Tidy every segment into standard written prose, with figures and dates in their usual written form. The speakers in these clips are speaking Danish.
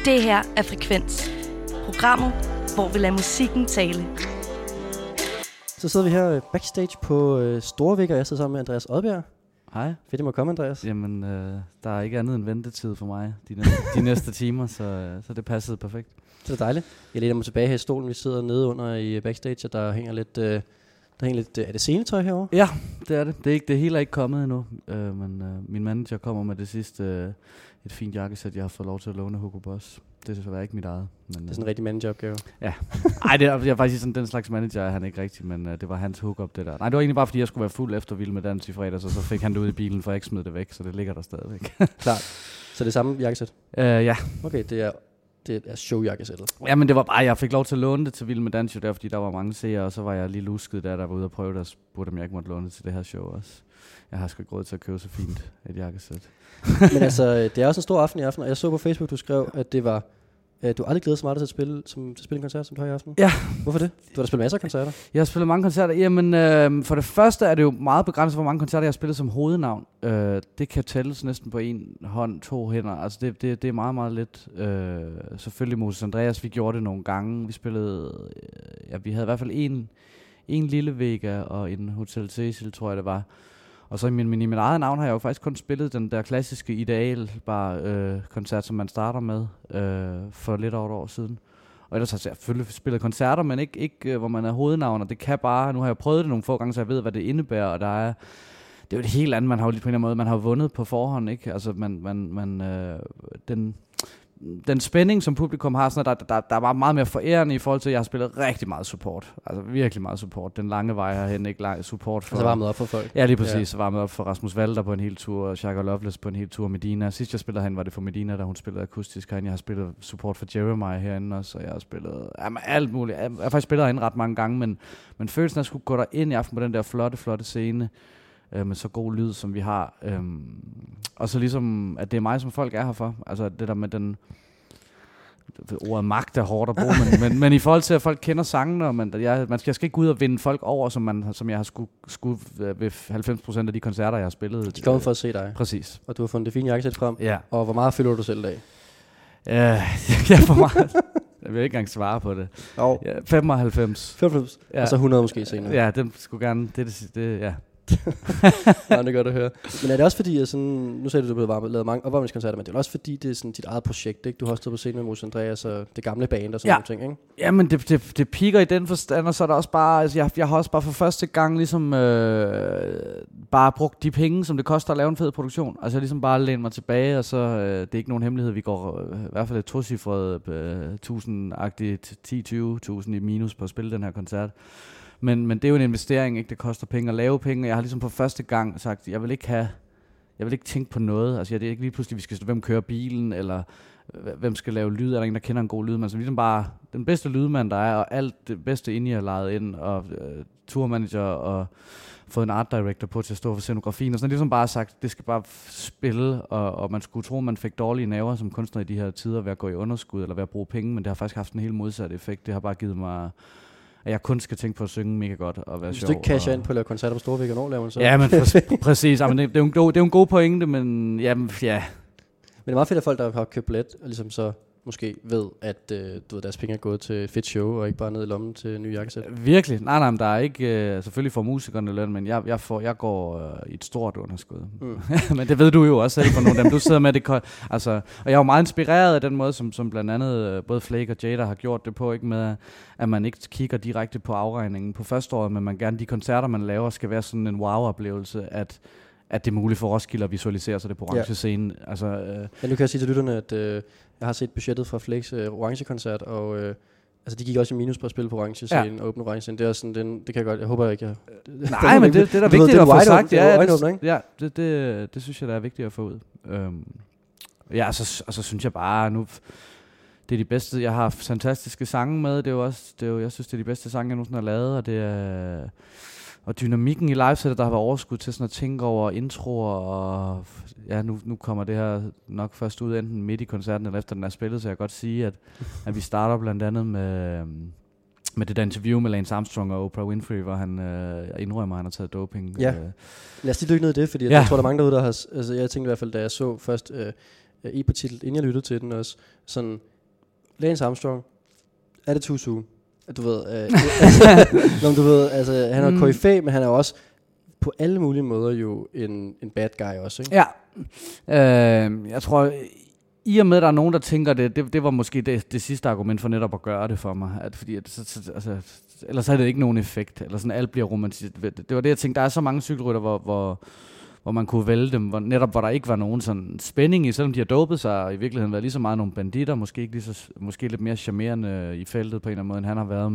Det her er Frekvens. Programmet, hvor vi lader musikken tale. Så sidder vi her backstage på Storvik, og jeg sidder sammen med Andreas Odbjerg. Hej. Fedt, at må komme, Andreas. Jamen, der er ikke andet end ventetid for mig de næste timer, så det passede perfekt. Det er dejligt. Jeg læner mig tilbage her i stolen. Vi sidder nede under i backstage, og der hænger lidt... er det scenetøj herovre? Ja, det er det. Det hele er ikke kommet endnu, men min manager kommer med det sidste et fint jakkesæt, jeg har fået lov til at låne Hugo Boss. Det er desværre ikke mit eget. Men, det er sådan en rigtig manageropgave. Ja. Ej, jeg er faktisk sådan den slags manager, er han ikke rigtig, men det var hans hookup, det der. Nej, det var egentlig bare, fordi jeg skulle være fuld efter Vild med Dans i fredag, så fik han det ud i bilen, for jeg ikke smed det væk, så det ligger der stadigvæk. Klart. Så det er samme jakkesæt? Ja. Okay, det er showjakkesættet. Ja, men det var bare, jeg fik lov til at låne det til Vild med Dans, jo der, fordi der var mange seere, og så var jeg lige lusket der var ude og prøve det, og spurgte, om jeg ikke måtte låne det til det her show også. Jeg har sgu ikke råd til at købe så fint et jakkesæt. Men altså, det er også en stor aften i aften, og jeg så på Facebook, du skrev, at det var... Du har aldrig glædet så meget til at spille en koncert, som du har i aften? Ja. Hvorfor det? Du har da spillet masser af koncerter. Jeg har spillet mange koncerter. Jamen, for det første er det jo meget begrænset, hvor mange koncerter jeg har spillet som hovednavn. Det kan tælles næsten på en hånd, 2 hænder. Altså, det er meget, meget lidt. Selvfølgelig Moses Andreas, vi gjorde det nogle gange. Vi spillede... vi havde i hvert fald en lille Vega og en Hotel Cecil, tror jeg det var. Og så i mit eget navn har jeg jo faktisk kun spillet den der klassiske Ideal koncert, som man starter med for lidt over et år siden. Og ellers har jeg selvfølgelig spillet koncerter, men ikke hvor man er hovednavn, og det kan bare, nu har jeg prøvet det nogle få gange, så jeg ved, hvad det indebærer, og det er jo et helt andet, man har jo lige på en eller anden måde, man har vundet på forhånd, ikke? Altså den spænding, som publikum har, sådan, der var meget mere forærende i forhold til, at jeg har spillet rigtig meget support. Altså virkelig meget support. Den lange vej herhen, ikke support for... Altså varmet op for folk. Ja, lige præcis. Ja. Varmet op for Rasmus Valder på en hel tur, og Shaka Loveless på en hel tur, Medina. Sidst jeg spillede herinde, var det for Medina, da hun spillede akustisk herinde. Jeg har spillet support for Jeremiah herinde også, og jeg har spillet alt muligt. Jeg har faktisk spillet herinde ret mange gange, men følelsen af at skulle gå derind i aften på den der flotte scene, med så god lyd, som vi har. Og så ligesom, at det er mig, som folk er her for. Altså det der med den... Ordet magt er hårdt at bruge, men i forhold til, at folk kender sangene, og jeg skal ikke gå ud og vinde folk over, som jeg har skulle ved 90% af de koncerter, jeg har spillet. De kommer for at se dig. Præcis. Og du har fundet det fine jakkesæt frem. Ja. Og hvor meget føler du selv i dag? Ja, for meget. Jeg vil ikke engang svare på det. Oh. Ja, 95. 95? Ja. Og så 100 måske senere. Ja, det skulle gerne... Det ja. Ja, det er godt at høre. Men er det også fordi, at sådan, nu sagde du, at du har lavet mange opvarmningskoncerter, men det er også fordi, det er sådan dit eget projekt, ikke? Du har også stået på scenen med Moses Andreas og det gamle band og sådan nogle ting, ikke? Ja, men det piker i den forstand, og så er der også bare, altså jeg har også bare for første gang ligesom bare brugt de penge, som det koster at lave en fed produktion. Altså ligesom bare læne mig tilbage, og så det er ikke nogen hemmelighed, vi går i hvert fald et tocifret 1000-agtigt 10-20.000 i minus på at spille den her koncert. Men det er jo en investering, ikke? Det koster penge at lave penge, og jeg har ligesom for første gang sagt, jeg vil ikke tænke på noget. Altså det er ikke lige pludselig, hvem kører bilen, eller hvem skal lave lyd, er der en, der kender en god lydmand. Så ligesom bare den bedste lydmand, der er, og alt det bedste inde i at lejet ind, og tourmanager, og fået en art director på til at stå for scenografien, og sådan ligesom bare sagt, det skal bare spille, og man skulle tro, man fik dårlige nerver som kunstner i de her tider ved at gå i underskud, eller ved at bruge penge, men det har faktisk haft en helt modsat effekt. Det har bare givet mig... at jeg kun skal tænke på at synge mega godt og være sjov. Hvis du ikke casher ind på at lave koncerter på Storvik, og laver man så? Ja, men præcis. Jamen, det er jo en god pointe, men jamen, ja. Men det er meget fedt, at folk, der har købt billet, og ligesom så måske ved, at deres penge er gået til et fedt show, og ikke bare ned i lommen til nye jakkesæt. Virkelig? Nej, men der er ikke... selvfølgelig får musikerne løn, men jeg går i et stort underskud. Men det ved du jo også selv for nogle af dem, du sidder med. Og jeg er jo meget inspireret af den måde, som blandt andet både Flake og Jada har gjort det på, ikke med, at man ikke kigger direkte på afregningen på første året, men man gerne de koncerter, man laver, skal være sådan en wow-oplevelse, at det er muligt for Roskilde at visualisere sig det på orange scene. Altså, nu kan jeg sige til lytterne, at jeg har set budgettet fra Flakes orange-koncert, og de gik også i minus på at spille på orange scene, og åbne orange scene. Det er sådan, det kan jeg godt, jeg håber ikke, nej, men det er da vigtigt at få sagt. Det synes jeg, der er vigtigt at få ud. Og så synes jeg bare, nu... Det er de bedste, jeg har fantastiske sange med, jeg synes, det er de bedste sange, jeg nogensinde har lavet, og det er... Og dynamikken i livesættet, der har været overskud til sådan at tænke over introer, og ja, nu kommer det her nok først ud enten midt i koncerten eller efter den er spillet, så jeg kan godt sige, at vi starter blandt andet med det der interview med Lance Armstrong og Oprah Winfrey, hvor han indrømmer, at han har taget doping. Ja, lad os lige dykke ned i det, fordi jeg tror, der er mange derude, der har... Altså, jeg tænkte i hvert fald, da jeg så først e-partitel, inden jeg lyttede til den også, sådan... Lance Armstrong, er det too soon? Du ved, du ved, altså, han er koryfæ, men han er også på alle mulige måder jo en bad guy også, ikke? Ja. Jeg tror, i og med, at der er nogen, der tænker det var måske det sidste argument for netop at gøre det for mig. Fordi altså, ellers har det ikke nogen effekt, eller sådan alt bliver romantiseret. Det var det, jeg tænkte, der er så mange cykelrytter, hvor man kunne vælge dem, hvor der ikke var nogen sådan spænding i, selvom de har dopet sig, og i virkeligheden været lige så meget nogle banditter, måske lidt mere charmerende i feltet på en eller anden måde, end han har været,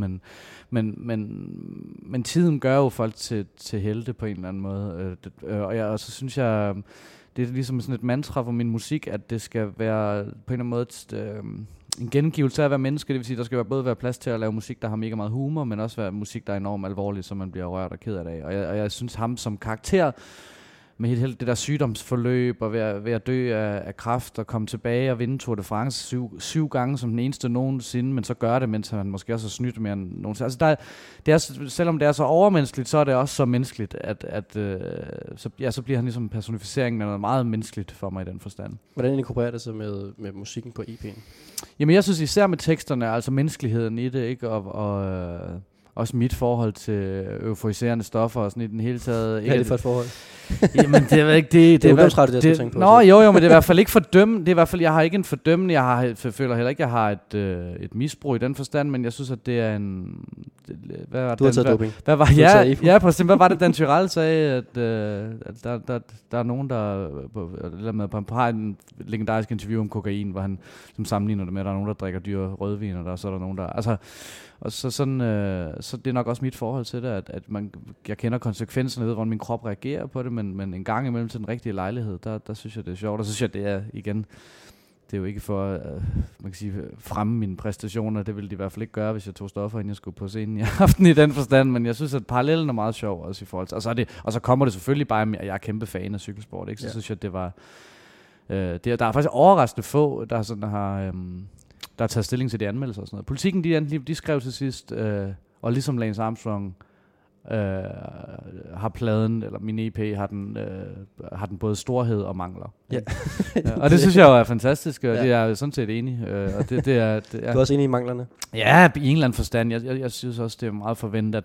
men tiden gør jo folk til helte på en eller anden måde, og så synes jeg, det er ligesom sådan et mantra for min musik, at det skal være på en eller anden måde en gengivelse af at være menneske, det vil sige, der skal både være plads til at lave musik, der har mega meget humor, men også være musik, der er enormt alvorlig, så man bliver rørt og ked af det. Og jeg synes ham som karakter, med hele det der sygdomsforløb, og ved at dø af kræft, og komme tilbage og vinde Tour de France syv gange som den eneste nogensinde, men så gør det, mens han måske også har snydt mere end nogensinde. Altså selvom det er så overmenneskeligt, så er det også så menneskeligt, så bliver han ligesom personificeringen af noget meget menneskeligt for mig i den forstand. Hvordan inkorporerer det sig med musikken på EP'en? Jamen jeg synes især med teksterne, altså menneskeligheden i det, ikke? Og også mit forhold til euforiserende stoffer og sådan i den hele taget. Hvad er det for et forhold? Jamen det er ikke det. Det er ungdomsradio, det jeg skal tænke på. Nå jo, men det er i hvert fald ikke fordømmende. Det er i hvert fald, jeg har ikke en fordømmende. Jeg føler heller ikke, jeg har et misbrug i den forstand, men jeg synes, at det er en... Hvad var du har taget doping. Hvad var, ja, præcis. Hvad var det, Dan Tyrell sagde, at der er nogen, der har en legendarisk interview om kokain, hvor han som sammenligner det med, at der er nogen, der drikker dyre rødvin, og så er der nogen, der... Altså, og så sådan, så det er nok også mit forhold til det, at jeg kender konsekvenserne ved, hvordan min krop reagerer på det, men en gang imellem til den rigtige lejlighed, der synes jeg, det er sjovt, og så synes jeg, det er igen, det er jo ikke for, man kan sige, fremme mine præstationer, det ville de i hvert fald ikke gøre, hvis jeg tog stoffer, inden jeg skulle på scenen i aften i den forstand, men jeg synes, at parallellen er meget sjov også i forhold til, og så kommer det selvfølgelig bare med, at jeg er kæmpe fan af cykelsport, ikke? Så synes jeg, det var, der er faktisk overraskende få, der sådan der har taget stilling til de anmeldelser og sådan noget. Politikken, de skrev til sidst, og ligesom Lance Armstrong har pladen, eller min EP, har den både storhed og mangler. Ja. Og det synes jeg jo er fantastisk, og det er jeg sådan set enig. Og det er, du er også enig i manglerne? Ja, i en eller anden forstand. Jeg synes også, det er meget forventet,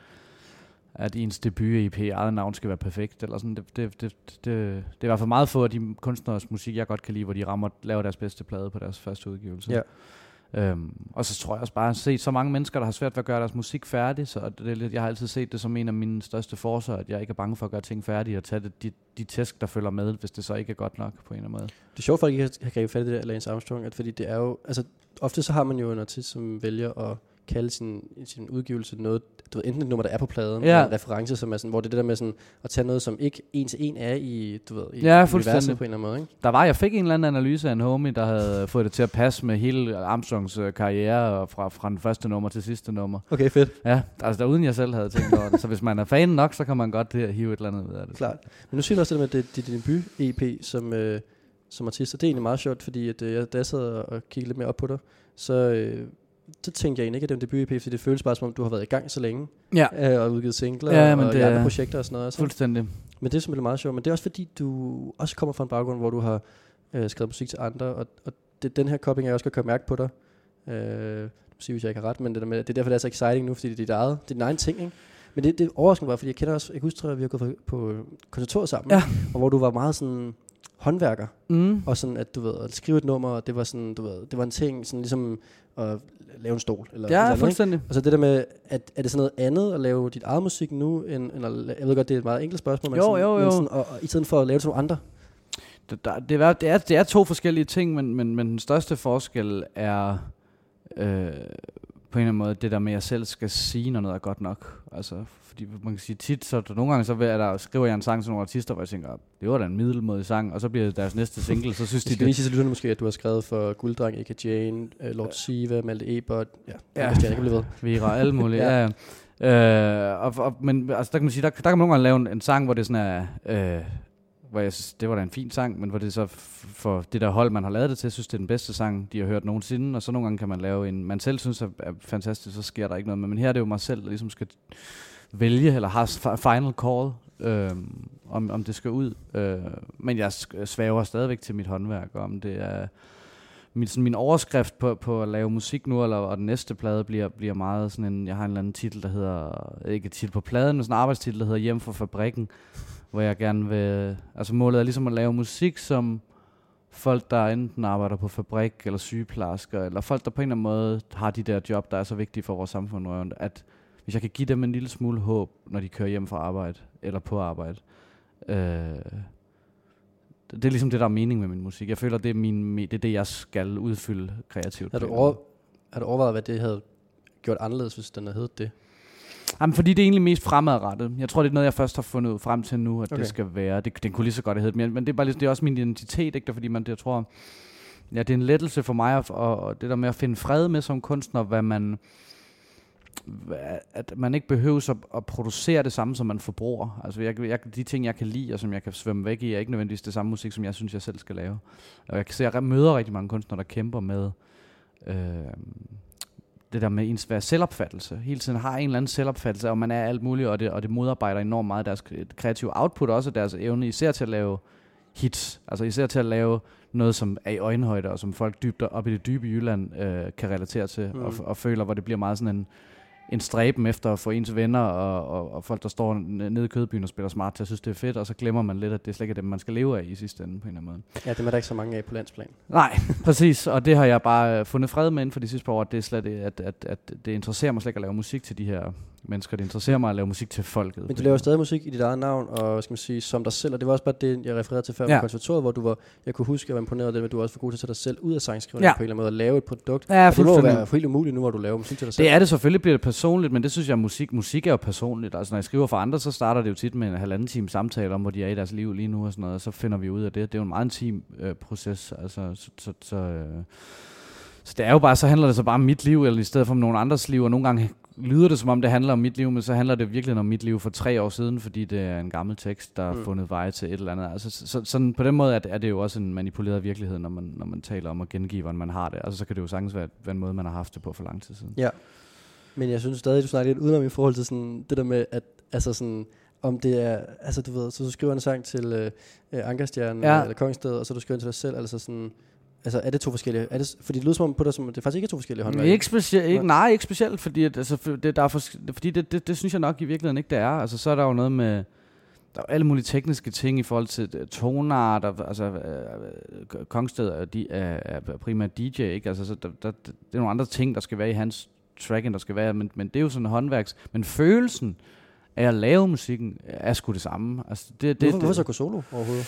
at ens debut-EP eget navn skal være perfekt, eller sådan. Det er i hvert fald meget få af de kunstneres musik, jeg godt kan lide, hvor de laver deres bedste plade på deres første udgivelse. Ja. Og så tror jeg også bare, at set så mange mennesker, der har svært ved at gøre deres musik færdig, så jeg har altid set det som en af mine største forser, at jeg ikke er bange for at gøre ting færdige, og tage de tæsk, der følger med, hvis det så ikke er godt nok på en eller anden måde. Det er sjovt, folk ikke har grebet fat i det der Lance Armstrong, fordi det er jo, altså ofte så har man jo en artist, som vælger at kalde sin udgivelse noget, du ved, enten et nummer, der er på pladen, eller en reference, som er sådan, hvor det er det der med sådan, at tage noget, som ikke en til en er i, du ved, i universet på en eller anden måde, ikke? Jeg fik en eller anden analyse af en homie, der havde fået det til at passe med hele Armstrongs karriere, fra den første nummer til sidste nummer. Okay, fedt. Ja, altså der uden jeg selv havde tænkt over det. Så hvis man er fan nok, så kan man godt hive et eller andet ud af det. Klart. Men nu siger du også det med, at det er din debut-EP som artist, og det er egentlig meget sjovt, fordi at, da jeg sad og kiggede lidt mere op på dig, så tænkte jeg egentlig ikke, at det var en debut-EP, fordi det føles bare som om, du har været i gang så længe, og udgivet singler, og andre projekter og sådan noget. Fuldstændig. Men det er simpelthen meget sjovt, men det er også fordi, du også kommer fra en baggrund, hvor du har skrevet musik til andre, og den her copying, jeg også kan mærke på dig, sige, hvis jeg ikke har ret, men det er derfor, det er så exciting nu, fordi det er din egen ting, ikke? Men det overraskende var, fordi jeg kender også, jeg husker, at vi har gået på konservatoriet sammen, og hvor du var meget sådan håndværker, og sådan, at du ved, at skrive et nummer, det var sådan, du ved, det var en ting, sådan ligesom at lave en stol, eller fuldstændig. Og så det der med, er det sådan noget andet at lave dit eget musik nu, end jeg ved godt, det er et meget enkelt spørgsmål, men sådan, og i stedet for at lave det som andre? Det er to forskellige ting, men den største forskel er på en eller anden måde det der med, at jeg selv skal sige, når noget er godt nok. Altså, fordi man kan sige tit, så nogle gange så skriver jeg en sang til nogle artister, hvor jeg tænker, det var da en middelmådig sang, og så bliver det deres næste single, så synes de det. Skal lige sige til lytterne måske, at du har skrevet for Gulddreng, Eka Jane, Lord Siva, Malte Ebert, jeg kan blive ved. Vira, alle mulige, men altså, der kan man sige, der kan man nogle gange lave en sang, hvor det sådan er, hvor jeg synes, det var da en fin sang, men hvor det så for det der hold, man har lavet det til, synes det er den bedste sang, de har hørt nogensinde, og så nogle gange kan man lave en, man selv synes er fantastisk, så sker der ikke noget, men her er det jo mig selv, der ligesom skal vælge, eller har final call, om det skal ud. Men jeg svæver stadigvæk til mit håndværk, om det er min overskrift på at lave musik nu, og den næste plade bliver meget sådan en, jeg har en eller anden titel, der hedder, ikke titel på pladen, men sådan en arbejdstitel, der hedder Hjem fra fabrikken, hvor jeg gerne vil, altså målet er ligesom at lave musik, som folk, der enten arbejder på fabrik, eller sygeplejersker, eller folk, der på en eller anden måde har de der job, der er så vigtige for vores samfund, at hvis jeg kan give dem en lille smule håb, når de kører hjem fra arbejde, eller på arbejde, det er ligesom det, der er mening med min musik. Jeg føler, det er det, jeg skal udfylde kreativt. Har du overvejet, hvad det havde gjort anderledes, hvis den havde heddet det? Jamen, fordi det er egentlig mest fremadrettet. Jeg tror, det er noget, jeg først har fundet frem til nu, at det skal være. Det kunne lige så godt have heddet, men det er bare det er også min identitet, ikke? Fordi jeg tror, ja, det er en lettelse for mig, og det der med at finde fred med som kunstner, at man ikke behøver at producere det samme, som man forbruger. Altså de ting, jeg kan lide, og som jeg kan svømme væk i, er ikke nødvendigvis det samme musik, som jeg synes, jeg selv skal lave. Og jeg kan se, at jeg møder rigtig mange kunstnere, der kæmper med det der med ens selvopfattelse. Hele tiden har en eller anden selvopfattelse, og man er alt muligt, og det modarbejder enormt meget deres kreative output, også deres evne, især til at lave hits. Altså især til at lave noget, som er i øjenhøjde, og som folk dybt op i det dybe Jylland kan relatere til, og føler, hvor det bliver meget sådan en stræben efter at få ens venner og folk, der står nede i Kødbyen og spiller smart til at synes, det er fedt, og så glemmer man lidt, at det slet ikke er dem, man skal leve af i sidste ende på en eller anden måde. Ja, det er der ikke så mange af på landsplan. Nej, præcis, og det har jeg bare fundet fred med inden for de sidste par år, det er slet, at det interesserer mig slet ikke at lave musik til de her mennesker, det interesserer mig at lave musik til folket. Men du laver stadig musik i dit eget navn, og skal man sige, som dig selv, og det var også bare det, jeg refererede til før på konservatoriet, hvor jeg kunne huske, at jeg var imponeret af det, at du også var god til at tage dig selv ud af sangskrivningen på en eller anden måde, og lave et produkt. Ja, det må være helt umuligt nu, hvor du laver musik til dig selv. Det er det, selvfølgelig bliver det personligt, men det synes jeg, musik er jo personligt. Altså når jeg skriver for andre, så starter det jo tit med en 1,5 time samtale om, hvor de er i deres liv lige nu og sådan noget, og så finder vi ud af det. Det er jo en meget intim proces, altså så det er jo bare, så handler det så bare om mit liv, eller i stedet for om nogen andres liv, og nogle gange lyder det som om det handler om mit liv, men så handler det virkelig om mit liv for 3 år siden, fordi det er en gammel tekst, der har fundet vej til et eller andet. Altså sådan på den måde er det jo også en manipuleret virkelighed, når man taler om at gengive, hvordan man har det. Altså så kan det jo sagtens være en måde, man har haft det på for lang tid siden. Ja, men jeg synes stadig, du snakker lidt udenom i forhold til sådan det der med, at altså sådan om det er, altså du ved, så du skriver en sang til Ankerstjernen eller Kongsted, og så du skriver en til dig selv, altså sådan. Altså er det 2 forskellige? Er det, fordi det lyder som om på dig, som det faktisk ikke er 2 forskellige håndværk. Ikke specielt, fordi det synes jeg nok i virkeligheden ikke det er. Altså så er der jo noget med, der er alle mulige tekniske ting i forhold til tonart, altså Kongsted er primært DJ, ikke? Altså så det er nogle andre ting, der skal være i hans track, der skal være, men det er jo sådan en håndværks, men følelsen af at lave musikken er sgu det samme. Altså hvorfor så gå solo overhovedet?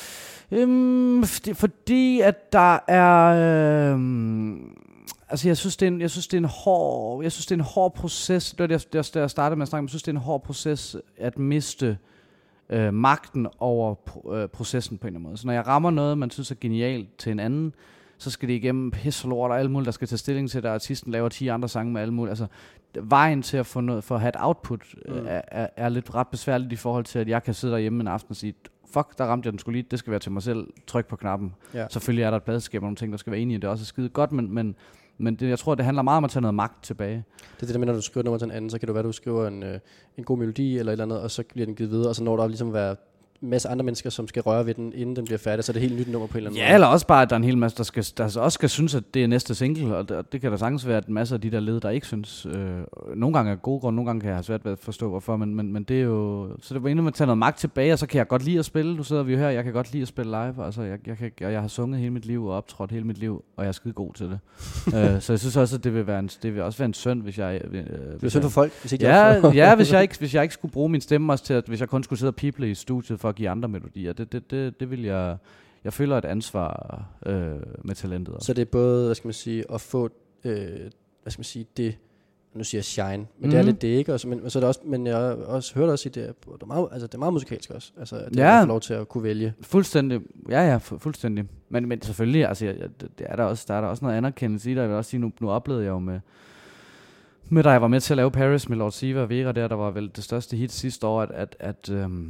Fordi at der er altså jeg synes det er en hård proces. Det var det jeg startede med at snakke om. Jeg synes det er en hård proces at miste magten over processen på en eller anden måde. Så når jeg rammer noget man synes er genialt til en anden, så skal det igennem pis og lort og alt muligt, der skal tage stilling til, at artisten laver 10 andre sange med alt muligt. Altså vejen til at få noget, for at have et output er lidt ret besværligt i forhold til, at jeg kan sidde derhjemme en aften og sige, fuck, der ramte jeg den sgu lige, det skal være til mig selv, tryk på knappen. Ja. Selvfølgelig er der et pladeskab og nogle ting, der skal være enige i, det også er skide godt, men det, jeg tror, det handler meget om at tage noget magt tilbage. Det er det der med, når du skriver nummer til en anden, så kan det være, at du skriver en god melodi eller et eller andet, og så bliver den givet videre, og så når der ligesom være en masse andre mennesker, som skal røre ved den, inden den bliver færdig, så er det helt nyt nummer på en eller anden måde. Ja, eller også bare, at der er en hel masse, der også skal synes, at det er næste single, og det kan der sagtens være, at en masse af de der led, der ikke synes. Nogle gange er gode grunde, nogle gange kan jeg have svært ved at forstå, hvorfor, men det er jo. Så det var inden man tager noget magt tilbage, og så kan jeg godt lide at spille. Nu sidder vi jo her, jeg kan godt lide at spille live. Altså, jeg har sunget hele mit liv og optrådt hele mit liv, og jeg er skide god til det. Så jeg synes også, at det vil også være en synd, hvis jeg. Det er synd for folk, hvis ikke hvis jeg ikke skulle bruge min stemme også til, at hvis jeg kun skulle sidde og pible i studiet for at give andre melodier. Det vil jeg føler et ansvar med talentet også. Så det er både, hvad skal man sige, at få hvad skal man sige, det, nu siger jeg shine, men det er lidt det, ikke? Også, men så er det også, men jeg også hørte også, at det er meget musikalsk også. Altså at det får lov til at kunne vælge. Fuldstændig. Ja, fuldstændig. Men selvfølgelig, altså der er der også noget anerkendelse i det. Jeg vil også sige, nu oplevede jeg jo med da jeg var med til at lave Paris med Lord Siva og Vera der var vel det største hit sidste år, at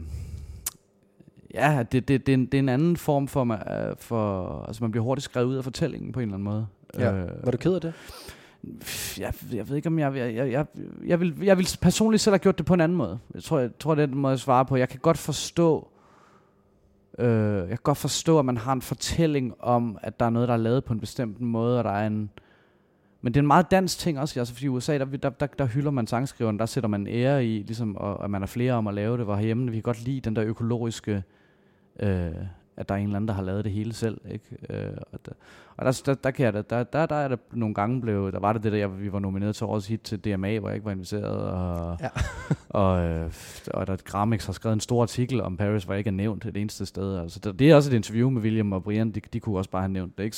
ja, det er en anden form for altså man bliver hurtigt skrevet ud af fortællingen på en eller anden måde. Ja. Var du ked af det? Jeg ved ikke om jeg vil personligt selv have gjort det på en anden måde. Jeg tror det er den måde jeg svarer på. Jeg kan godt forstå Jeg kan godt forstå, at man har en fortælling om, at der er noget, der er lavet på en bestemt måde, og der er en... Men det er en meget dansk ting også, altså fordi i USA, der hylder man sangskriveren, der sætter man ære i, ligesom, og at man er flere om at lave det, hvor herhjemme, vi kan godt lide den der økologiske, at der er en eller anden, der har lavet det hele selv, ikke? Og der kan jeg da, der er der nogle gange blev, der var det der, vi var nomineret til årets hit til DMA, hvor jeg ikke var inviteret, og der Grammix har skrevet en stor artikel om Paris, hvor jeg ikke er nævnt et eneste sted. Altså, det er også et interview med William og Brian, de kunne også bare have nævnt det, ikke?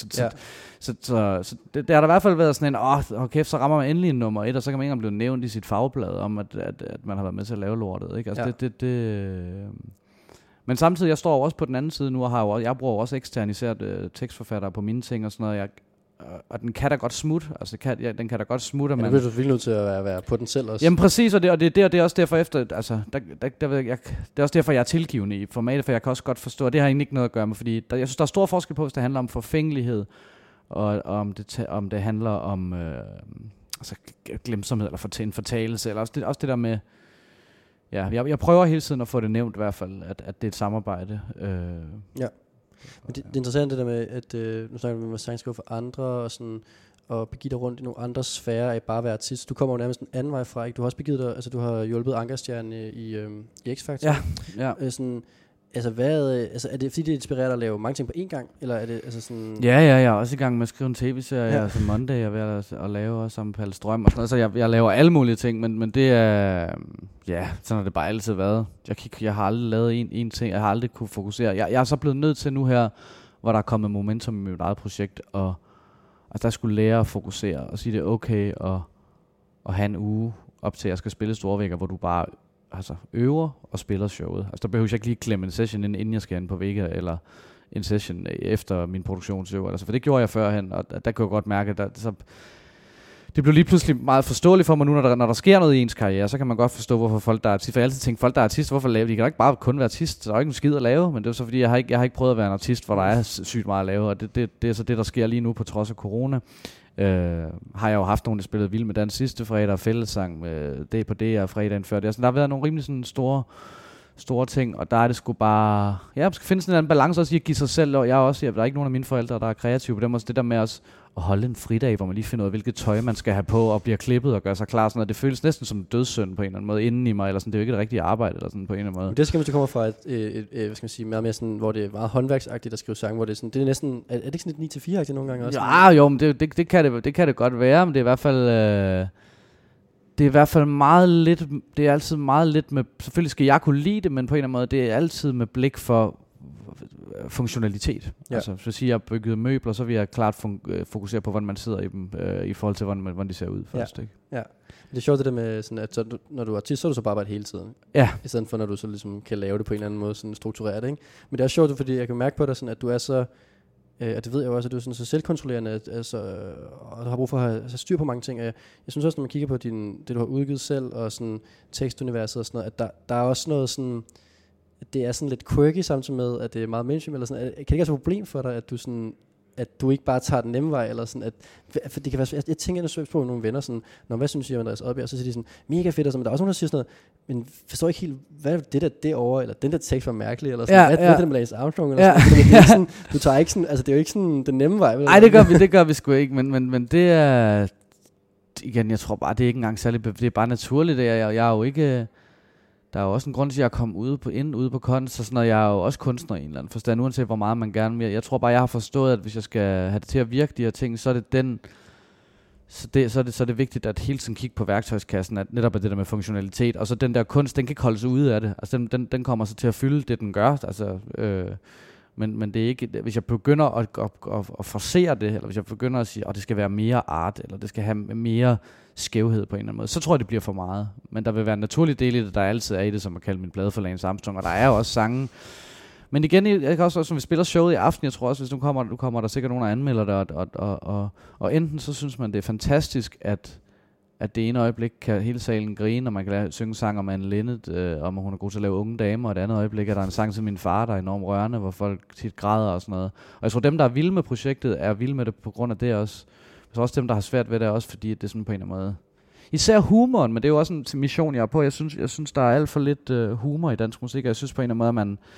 Så det har der i hvert fald været sådan en, kæft, så rammer man endelig en nummer 1, og så kan man ikke engang blive nævnt i sit fagblad om, at man har været med til at lave lortet, ikke? Altså, men samtidig, jeg står også på den anden side nu, og jeg bruger også eksterniseret tekstforfattere på mine ting og sådan noget. Og den kan da godt smutte. Altså, den kan da godt smutte. Ja, du bliver virkelig nødt til at være på den selv også. Jamen præcis, og det er også derfor efter, altså, det er også derfor, jeg er tilgivende i formatet, for jeg kan også godt forstå, og det har egentlig ikke noget at gøre med, fordi jeg synes, der er stor forskel på, hvis det handler om forfængelighed, og om det handler om altså, glemsomhed, eller en fortalelse, eller også det der med... Ja, jeg prøver hele tiden at få det nævnt i hvert fald, at det er et samarbejde. Ja, men det er interessant det der med, at nu snakker vi med sangskrive for andre, og sådan, og begive dig rundt i nogle andre sfærer af bare at være artist. Du kommer jo nærmest en anden vej fra, ikke? Du har også begivet dig, altså du har hjulpet Ankerstjerne i X-Factor. Ja. Sådan, altså er det fordi det inspirerer dig at lave mange ting på én gang, eller er det altså sådan... Ja, jeg er også i gang med at skrive en tv-serie, som Monday er ved at lave også sammen med Palle Strøm og sådan noget. Så jeg laver alle mulige ting, men det er... Ja, sådan har det bare altid været. Jeg har aldrig lavet en ting, jeg har aldrig kunne fokusere. Jeg er så blevet nødt til nu her, hvor der er kommet momentum i mit eget projekt, og altså, der skulle lære at fokusere, og sige det er okay at have en uge op til, at jeg skal spille Storvægger, hvor du bare... altså øver og spiller showet. Altså der behøver jeg ikke lige klemme en session inden jeg skal ind på Vega, eller en session efter min produktionsøver. Altså, for det gjorde jeg førhen, og der kunne jeg godt mærke, at det blev lige pludselig meget forståeligt for mig nu, når der sker noget i ens karriere, så kan man godt forstå, hvorfor folk, der er artist. For jeg altid tænkt, folk, der er artist, hvorfor lave? De kan da ikke bare kun være artist, der er ikke en skid at lave, men det er så fordi, jeg har ikke prøvet at være en artist, hvor der er sygt meget at lave, og det er så det, der sker lige nu på trods af corona. Har jeg jo haft nogle, der spillede Vild med Dans sidste fredag, og fællessang det på det og fredagen før det. Altså, der har været nogle rimelig sådan store ting, og der er det sgu bare... Ja, man skal finde sådan en balance også i at give sig selv, og der er ikke nogen af mine forældre, der er kreative på dem, også det der med at holde en fridag, hvor man lige finder ud af, hvilket tøj man skal have på, og bliver klippet og gør sig klar, sådan noget. Det føles næsten som dødssynd på en eller anden måde inden i mig, eller sådan. Det er jo ikke et rigtigt arbejde, eller sådan på en eller anden måde. Det skal måske komme fra et hvad skal man sige, meget mere sådan, hvor det er meget håndværksagtigt at skrive sang, hvor det er sådan, det er næsten, er det ikke sådan et 9-4-agtigt nogle gange også? Ja, jo, men det kan det godt være, men det er i hvert fald... Det er i hvert fald meget lidt, det er altid meget lidt med, selvfølgelig skal jeg kunne lide det, men på en eller anden måde, det er altid med blik for funktionalitet. Ja. Altså, så siger jeg bygget møbler, så vil jeg klart fokusere på, hvordan man sidder i dem, i forhold til, hvordan de ser ud først. Ikke? Ja. Det er sjovt det der med, sådan, at når du er artist, så er du så bare arbejde hele tiden. Ja. I stedet for, når du så ligesom kan lave det på en eller anden måde, sådan struktureret, ikke? Men det er sjovt, fordi jeg kan mærke på dig, sådan, at du er så... og det ved jeg jo også, at du er sådan så selvkontrollerende, altså, og du har brug for at have styr på mange ting. Jeg synes også, når man kigger på det, du har udgivet selv, og sådan tekstuniverset og sådan noget, at der er også noget sådan, at det er sådan lidt quirky samtidig med, at det er meget mainstream, eller sådan. Kan det ikke være et problem for dig, at du sådan, at du ikke bare tager den nemme vej, eller sådan, for det kan være, jeg tænker nu på nogle venner, sådan, hvad synes I om Andreas Oddbjerg, så siger de sådan, mega fedt, og sådan, men der er også nogen, der siger sådan noget, men forstår ikke helt, hvad er det der derovre, eller den der tekst var mærkelig, eller sådan, hvad er det der med Lance Armstrong, eller sådan, det er sådan, du tager ikke sådan, altså det er jo ikke sådan den nemme vej. Nej, det gør vi sgu ikke, men det er, igen, jeg tror bare, det er ikke engang særlig, det er bare naturligt, jeg er jo ikke... Der er jo også en grund til, at jeg kom ude på kunst, og sådan noget. Jeg er jo også kunstner i en eller anden forstand, uanset hvor meget man gerne vil. Jeg tror bare, jeg har forstået, at hvis jeg skal have det til at virke, de her ting, så er det så er det vigtigt at hele tiden kigge på værktøjskassen, at netop det der med funktionalitet, og så den der kunst, den kan ikke holde sig ude af det. Altså den kommer så til at fylde det, den gør. Altså, men det er ikke, hvis jeg begynder at forsere det, eller hvis jeg begynder at sige, at det skal være mere art, eller det skal have mere skævhed på en eller anden måde, så tror jeg, det bliver for meget. Men der vil være en naturlig del i det, der altid er i det, som at kalde min plade for Lance Armstrong, og der er jo også sange. Men igen, jeg kan også, når vi spiller showet i aften, jeg tror også, hvis nu kommer der sikkert nogen, der anmelder det, og enten så synes man, det er fantastisk, at det ene øjeblik kan hele salen grine, og man kan synge sang om Anne Linnet, om at hun er god til at lave unge damer, og et andet øjeblik er der en sang til min far, der er enormt rørende, hvor folk tit græder og sådan noget. Og jeg tror, dem, der er vilde med projektet, er vilde med det på grund af det også. Så også dem, der har svært ved det også, fordi det er sådan på en eller anden måde. Især humoren, men det er jo også en mission, jeg er på. Jeg synes der er alt for lidt humor i dansk musik, og jeg synes på en eller anden måde,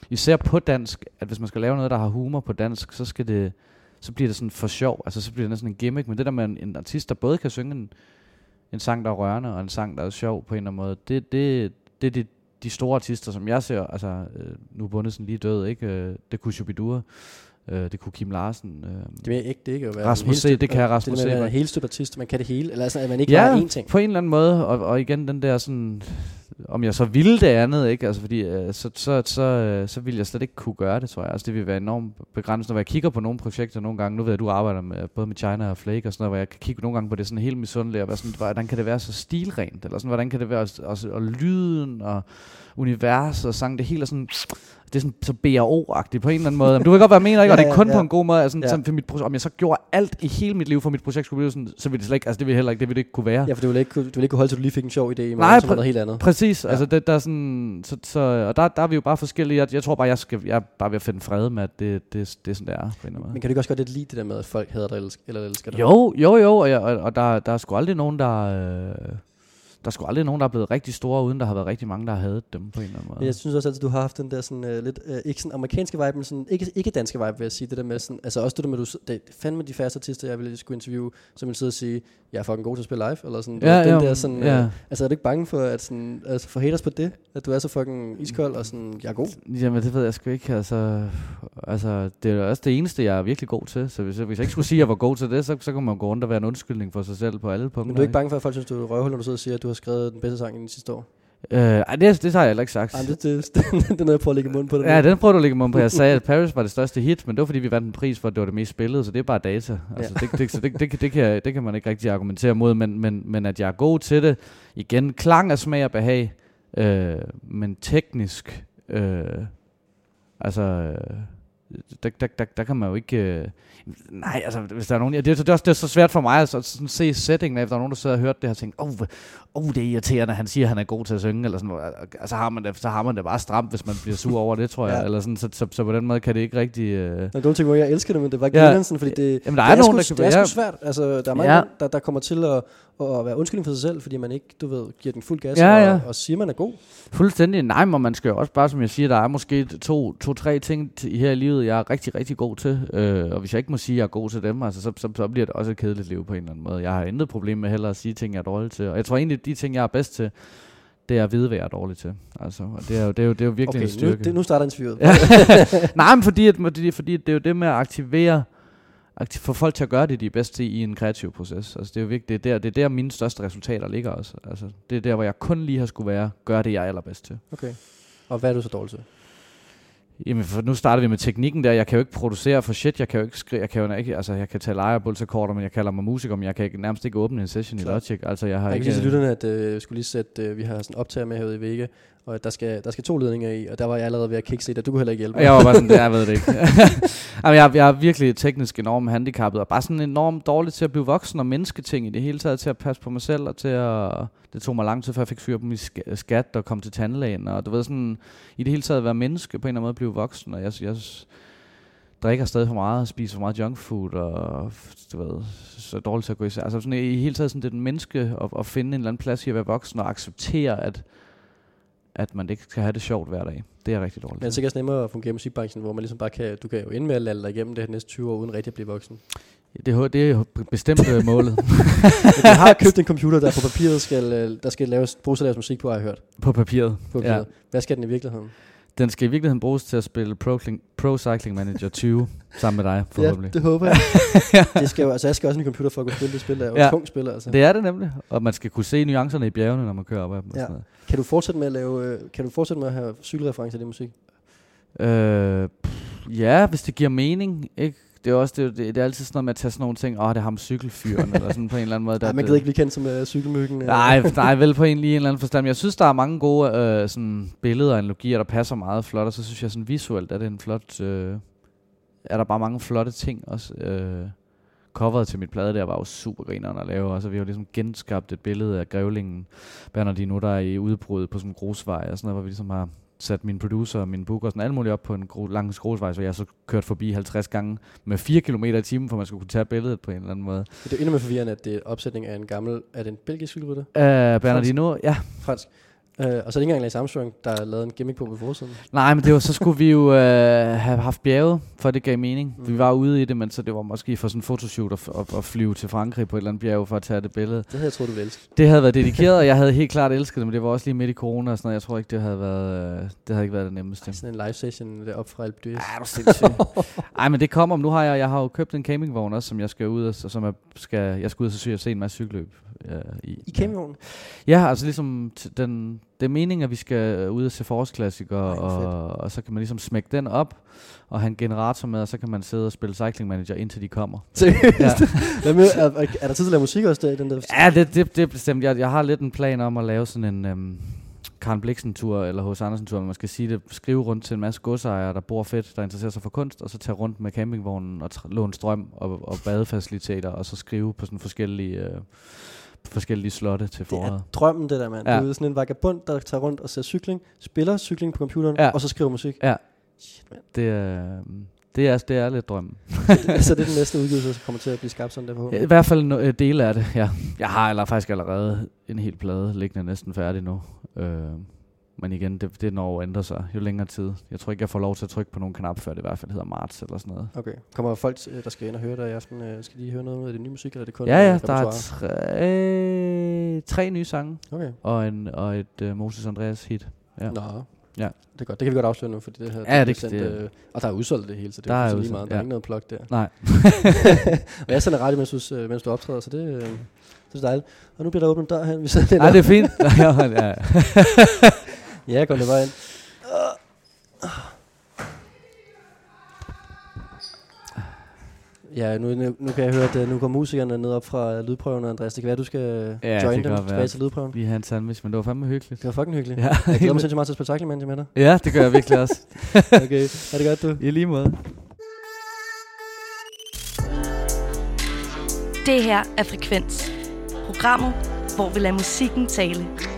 især på dansk, at hvis man skal lave noget, der har humor på dansk, så bliver det sådan for sjov. Altså så bliver det næsten en gimmick. Men det der med en artist, der både kan synge en sang, der er rørende, og en sang, der er sjov på en eller anden måde, det er de store artister, som jeg ser. Altså nu er Bundesen lige død, ikke? Det kunne Shubidua. Det kunne Kim Larsen. Det er mere ægte, ikke? At være Rasmus C. Det kan Rasmus C. Det er en helt støbt artist. Man kan det hele. Eller altså, at man ikke har én ting. På en eller anden måde. Og igen den der sådan... Om jeg så ville det andet, ikke? Altså fordi så ville jeg slet ikke kunne gøre det, tror jeg. Altså det ville være enormt begrænset. Når jeg kigger på nogle projekter nogle gange, nu ved jeg, at du arbejder med både med China og Flake og sådan noget, hvor jeg kan kigge nogle gange på det sådan helt misundeligt, og være sådan, hvordan kan det være så stilrent, eller sådan, hvordan kan det være også og lyden og univers og sang, det hele er sådan, det er sådan så BRO-agtigt på en eller anden måde. Men du ved godt, hvad jeg mener, ikke? Og det er kun på en god måde. Altså, sådan, for mit om jeg så gjorde alt i hele mit liv for mit projekt skulle blive sådan, så ville det slet ikke, altså det ville heller ikke, det ville ikke kunne være. Ja, for du ville ikke kunne holde til, du lige fik en sjov idé i morgen, som var noget helt andet. Præcis. Ja. Altså der er sådan, og der er vi jo bare forskellige. Jeg tror bare, jeg er bare ved at finde fred med, at det er sådan, det er på en eller anden måde. Men kan du ikke også godt lidt lide det der med, at folk hader dig eller elsker dig? Jo, og der er sgu aldrig nogen, der er sgu aldrig nogen, der er blevet rigtig store, uden der har været rigtig mange, der har hadet dem på en eller anden måde. Jeg synes også altid, du har haft den der sådan lidt, ikke sådan amerikanske vibe, men sådan, ikke danske vibe, vil jeg sige. Det der med sådan, altså også det der med, det er fandme de færreste artister, jeg ville skulle interviewe, som vil sidde og sige, jeg er fucking god til at spille live, eller sådan. Der sådan, altså er du ikke bange for, at sådan, altså for haters på det, at du er så fucking iskold, og sådan, jeg er god? Jamen det ved jeg sgu ikke, altså det er også det eneste, jeg er virkelig god til, så hvis jeg ikke skulle sige, at jeg var god til det, så kunne man gå rundt og være en undskyldning for sig selv på alle punkter. Men du er ikke bange for, at folk synes, du er røvhul, når du sidder og siger, at du har skrevet den bedste sang i de sidste år? Det har jeg heller ikke sagt. Det er noget, jeg prøver at lægge mund på. Ja, den prøver du at lægge mund på. Jeg sagde, at Paris var det største hit, men det var fordi, vi vandt en pris for, at det var det mest spillede, så det er bare data. Altså, det kan man ikke rigtig argumentere mod, men at jeg er god til det. Igen, klang af smag og behag, men teknisk, der kan man jo ikke... nej, altså hvis der er nogen... Det er så svært for mig at sådan se settingen af, hvis der er nogen, der sidder og hørt det og tænker, det er irriterende, han siger, at han er god til at synge, eller sådan noget. Altså så har man det bare stramt, hvis man bliver sur over det, tror jeg. Eller sådan, så på den måde kan det ikke rigtig... Når du tænker, jeg elsker det, men det var ikke sådan, fordi det... Jamen, der er nogen, det er sgu svært. Altså, der er mange, der kommer til at være undskyldning for sig selv, fordi man ikke, giver den fuld gas og siger, man er god. Fuldstændig. Nej, men man skal jo også bare, som jeg siger, der er måske 2-3 ting her i livet, jeg er rigtig, rigtig god til. Og hvis jeg ikke må sige, at jeg er god til dem, altså, så bliver det også et kedeligt liv på en eller anden måde. Jeg har intet problem med heller at sige ting, jeg er dårlig til. Og jeg tror egentlig, de ting, jeg er bedst til, det er at vide, hvad jeg er dårlig til. Altså, og det er jo virkelig en styrke. Nu starter interviewet. Nej, men fordi det er jo det med at aktivere, få folk til at gøre det, de er bedst til i en kreativ proces. Altså, det er jo vigtigt. Det er der mine største resultater ligger også. Altså, det er der, hvor jeg kun lige har skulle gøre det, jeg er allerbedst til. Okay. Og hvad er du så dårlig til? Jamen, for nu starter vi med teknikken der. Jeg kan jo ikke producere for shit. Jeg kan jo ikke skrive. Jeg kan tage lejerbulsakkorder, men jeg kalder mig musiker, men jeg kan nærmest ikke åbne en session i Logic. Altså, jeg kan lige til lytterne, at skulle lige sætte, vi har sådan optager med herude i Vega, og der skal 2 ledninger i, og der var jeg allerede ved at kickse, og du kunne heller ikke hjælpe. Jeg var bare sådan, jeg ved det ikke. Jamen, jeg er virkelig teknisk enormt handicappet, og bare sådan enormt dårlig til at blive voksen og mennesketing i det hele taget, til at passe på mig selv, og til at... Det tog mig lang tid, før jeg fik fyret på min skat og kom til tandlægen, og du ved sådan, i det hele taget at være menneske på en eller anden måde, blive voksen, og jeg drikker stadig for meget, spiser for meget junk food, og du ved, så dårligt til at gå i. Altså sådan, i hele taget sådan, det er den menneske at finde en eller anden plads i at være voksen, og acceptere, at man ikke skal have det sjovt hver dag. Det er rigtig dårligt. Men det er sikkert nemmere at fungere i musikbranchen, hvor man ligesom bare du kan jo ende med at lade dig igennem det her næste 20 år, uden rigtig at blive voksen. Det er jo bestemt målet. Du har købt en computer, der på papiret der skal bruges til at lave musik på, har jeg hørt. På papiret. Ja. Hvad skal den i virkeligheden? Den skal i virkeligheden bruges til at spille Pro Cycling Manager 20 sammen med dig, forhåbentlig. Ja, det håber jeg. Det skal jo, altså jeg skal også en computer for at kunne spille det spil. Det er jo et tungt spil, altså. Det er det nemlig. Og man skal kunne se nuancerne i bjergene, når man kører op ad dem. Ja. Og sådan noget. Kan du fortsætte med at have cykelreferencer i det musik? Ja, hvis det giver mening, ikke? Det er også det er altid sådan noget med at tage sådan nogle ting. Det er ham cykelfyren eller sådan på en eller anden måde. Nej, man gider ikke blive kendt som cykelmyggen. Nej, vel på en eller anden forstand. Men jeg synes, der er mange gode sådan billeder og analogier, der passer meget flot. Og så synes jeg sådan visuelt, at det en flot... er der bare mange flotte ting også. Coveret til mit plade der var jo super grineren at lave. Altså, vi har ligesom genskabt et billede af Grævlingen Bernardino, der er i udbrud på sådan en grusvej og sådan noget, hvor vi ligesom har sat min producer og min booker og sådan alt muligt op på en lang grusvej, så jeg så kørt forbi 50 gange med 4 km i timen, for man skulle kunne tage billedet på en eller anden måde. Det er endnu mere forvirrende, at det er opsætning af en gammel... Er det en belgisk cykelrytter? Bernardino, ja. Fransk. Og så er det ikke engang Lance Armstrong, der lavede en gimmick på forsiden. Nej, men det var, så skulle vi jo have haft bjerget, for det gav mening. Vi var ude i det, men så det var måske for sådan en fotoshoot at flyve til Frankrig på et eller andet bjerg for at tage det billede. Det havde jeg troet, du ville elske. Det havde været dedikeret, og jeg havde helt klart elsket det, men det var også lige midt i corona og sådan noget. Jeg tror ikke, det havde ikke været det nemmeste. Sådan en live session deroppe fra Alpe d'Huez. Ja, du sindssygt. Ej, men det kommer. Nu har jeg har jo købt en campingvogn også, som jeg skal ud og som jeg skal ud og se en masse cykelløb i campingvognen? Ja, altså ligesom det er meningen, at vi skal ud og se forårsklassikere, og så kan man ligesom smække den op og have en generator med, og så kan man sidde og spille Cycling Manager, indtil de kommer. Seriøst? Ja. Er der tid til at lave musik også der i den der? Ja, det er bestemt. Jeg har lidt en plan om at lave sådan en Karen Blixen-tur, eller H.C. Andersen-tur, man skal sige det, skrive rundt til en masse godsejere, der bor fedt, der interesserer sig for kunst, og så tage rundt med campingvognen og låne strøm og badefaciliteter, og så skrive på sådan forskellige slotte til foråret. Det er drømmen, det der, mand. Ja. Du er sådan en vagabond, der tager rundt og ser cykling, spiller cykling på computeren, og så skriver musik. Ja. Shit, mand. Det er lidt drømmen. Så det er den næste udgivelse, som kommer til at blive skabt sådan der på. I hvert fald dele af det, ja. Jeg har faktisk allerede en hel plade liggende næsten færdig nu. Men igen, det når at ændre sig jo længere tid. Jeg tror ikke, jeg får lov til at trykke på nogen knap, før det i hvert fald hedder marts eller sådan noget. Okay. Kommer folk, der skal ind og høre dig i aften, skal de høre noget af det nye musik, eller er det kun Ja, der er 3 nye sange. Okay. Og et Moses Andreas hit. Ja. Nå. Ja. Det er godt. Det kan vi godt afsløre nu, fordi det her... Ja, og der er udsolgt det hele, så det der er jo lige meget. Der er ikke noget plug der. Nej. Og jeg sender radio, mens du optræder, så det er dejligt. Og nu bliver der åbnet en dør her. Vi sidder Nej, det er fint. Ja. Ja, kom det bare ind. Ja, nu kan jeg høre, at nu går musikerne ned op fra lydprøven, Andreas. Det kan være, at du skal join dem tilbage til lydprøven. Vi har en sandwich, men det var fandme hyggeligt. Det var fucking hyggeligt. Ja. Jeg glæder mig sindssygt meget til at spille Cycling Manager med dig. Ja, det gør jeg virkelig også. Okay, er det godt, du? I lige måde. Det her er Frekvens. Programmet, hvor vi lader musikken tale.